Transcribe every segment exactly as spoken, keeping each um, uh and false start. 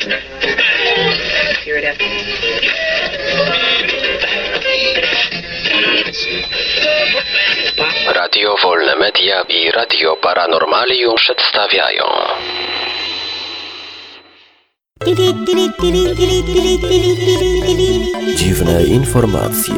Radio Wolne Media i Radio Paranormalium przedstawiają dziwne informacje.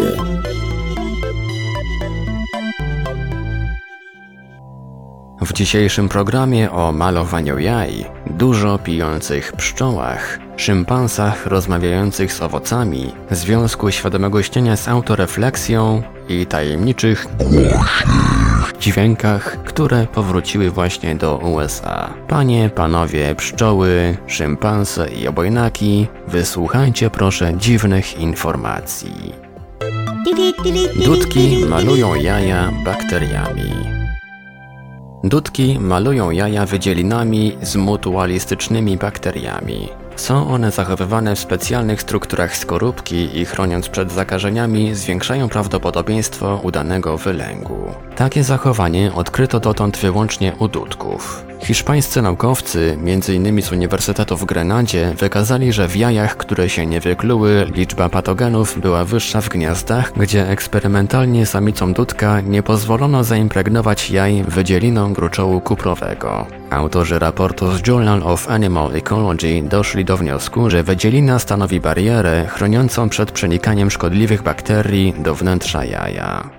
W dzisiejszym programie o malowaniu jaj, dużo pijących pszczołach, szympansach rozmawiających z owocami, związku świadomego śnienia z autorefleksją i tajemniczych dźwiękach, które powróciły właśnie do U S A. Panie, panowie pszczoły, szympanse i obojnaki, wysłuchajcie proszę dziwnych informacji. Dudki malują jaja bakteriami. Dudki malują jaja wydzielinami z mutualistycznymi bakteriami. Są one zachowywane w specjalnych strukturach skorupki i chroniąc przed zakażeniami zwiększają prawdopodobieństwo udanego wylęgu. Takie zachowanie odkryto dotąd wyłącznie u dudków. Hiszpańscy naukowcy, między innymi z Uniwersytetu w Grenadzie, wykazali, że w jajach, które się nie wykluły, liczba patogenów była wyższa w gniazdach, gdzie eksperymentalnie samicom dudka nie pozwolono zaimpregnować jaj wydzieliną gruczołu kuprowego. Autorzy raportu z Journal of Animal Ecology doszli do wniosku, że wydzielina stanowi barierę chroniącą przed przenikaniem szkodliwych bakterii do wnętrza jaja.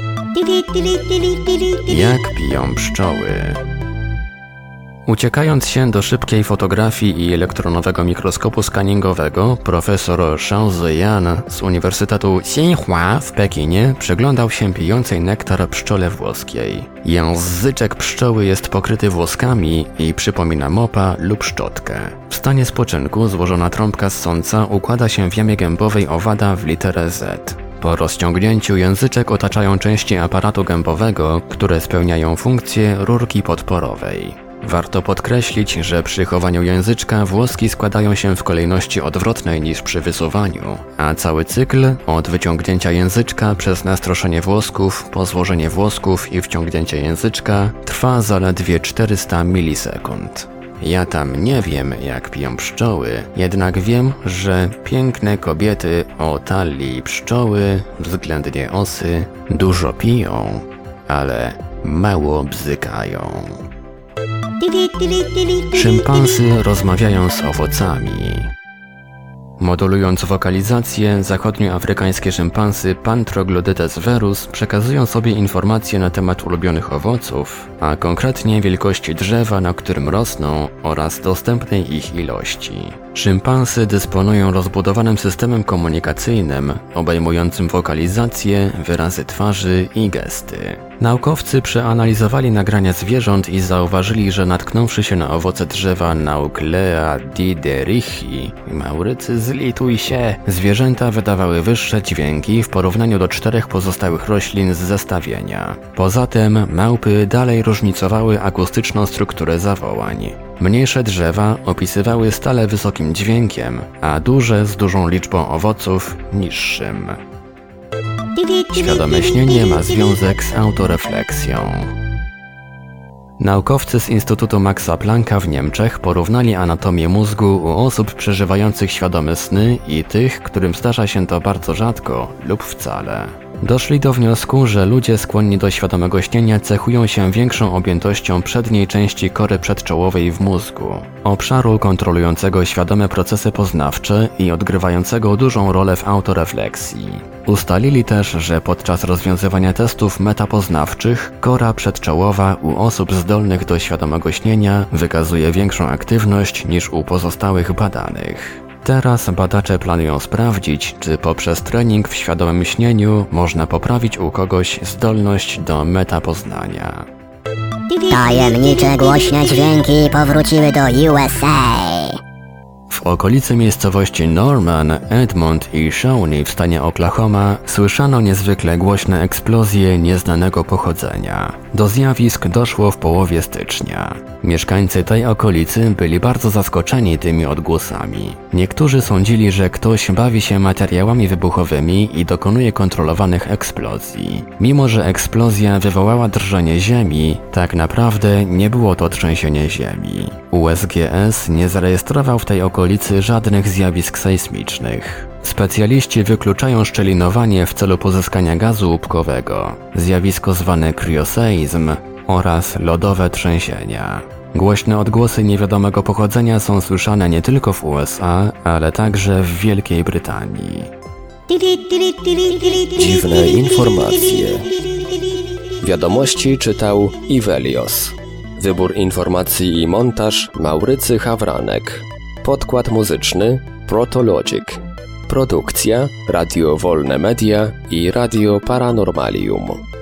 Jak piją pszczoły? Uciekając się do szybkiej fotografii i elektronowego mikroskopu skaningowego, profesor Shao Ziyan z Uniwersytetu Tsinghua w Pekinie przyglądał się pijącej nektar pszczole włoskiej. Języczek pszczoły jest pokryty włoskami i przypomina mopa lub szczotkę. W stanie spoczynku złożona trąbka ssąca układa się w jamie gębowej owada w literę Z. Po rozciągnięciu języczek otaczają części aparatu gębowego, które spełniają funkcję rurki podporowej. Warto podkreślić, że przy chowaniu języczka włoski składają się w kolejności odwrotnej niż przy wysuwaniu, a cały cykl od wyciągnięcia języczka przez nastroszenie włosków po złożenie włosków i wciągnięcie języczka trwa zaledwie czterysta milisekund. Ja tam nie wiem, jak piją pszczoły, jednak wiem, że piękne kobiety o talii pszczoły, względnie osy, dużo piją, ale mało bzykają. Szympansy rozmawiają z owocami. Modulując wokalizację, zachodnioafrykańskie szympansy Pantroglodytes verus przekazują sobie informacje na temat ulubionych owoców, a konkretnie wielkości drzewa, na którym rosną oraz dostępnej ich ilości. Szympansy dysponują rozbudowanym systemem komunikacyjnym, obejmującym wokalizację, wyrazy twarzy i gesty. Naukowcy przeanalizowali nagrania zwierząt i zauważyli, że natknąwszy się na owoce drzewa Nauclea diderichi, Maurycy zlituj się, zwierzęta wydawały wyższe dźwięki w porównaniu do czterech pozostałych roślin z zestawienia. Poza tym małpy dalej różnicowały akustyczną strukturę zawołań. Mniejsze drzewa opisywały stale wysokim dźwiękiem, a duże z dużą liczbą owoców niższym. Świadome śnienie ma związek z autorefleksją. Naukowcy z Instytutu Maxa Plancka w Niemczech porównali anatomię mózgu u osób przeżywających świadome sny i tych, którym zdarza się to bardzo rzadko lub wcale. Doszli do wniosku, że ludzie skłonni do świadomego śnienia cechują się większą objętością przedniej części kory przedczołowej w mózgu, obszaru kontrolującego świadome procesy poznawcze i odgrywającego dużą rolę w autorefleksji. Ustalili też, że podczas rozwiązywania testów metapoznawczych kora przedczołowa u osób zdolnych do świadomego śnienia wykazuje większą aktywność niż u pozostałych badanych. Teraz badacze planują sprawdzić, czy poprzez trening w świadomym śnieniu można poprawić u kogoś zdolność do metapoznania. Tajemnicze głośne dźwięki powróciły do U S A. W okolicy miejscowości Norman, Edmond i Shawnee w stanie Oklahoma słyszano niezwykle głośne eksplozje nieznanego pochodzenia. Do zjawisk doszło w połowie stycznia. Mieszkańcy tej okolicy byli bardzo zaskoczeni tymi odgłosami. Niektórzy sądzili, że ktoś bawi się materiałami wybuchowymi i dokonuje kontrolowanych eksplozji. Mimo że eksplozja wywołała drżenie ziemi, tak naprawdę nie było to trzęsienie ziemi. U S G S nie zarejestrował w tej okolicy okolicy żadnych zjawisk sejsmicznych. Specjaliści wykluczają szczelinowanie w celu pozyskania gazu łupkowego, zjawisko zwane krioseizm oraz lodowe trzęsienia. Głośne odgłosy niewiadomego pochodzenia są słyszane nie tylko w U S A, ale także w Wielkiej Brytanii. Dziwne informacje. Wiadomości czytał Ivelios. Wybór informacji i montaż Maurycy Hawranek. Podkład muzyczny Protologic. Produkcja Radio Wolne Media i Radio Paranormalium.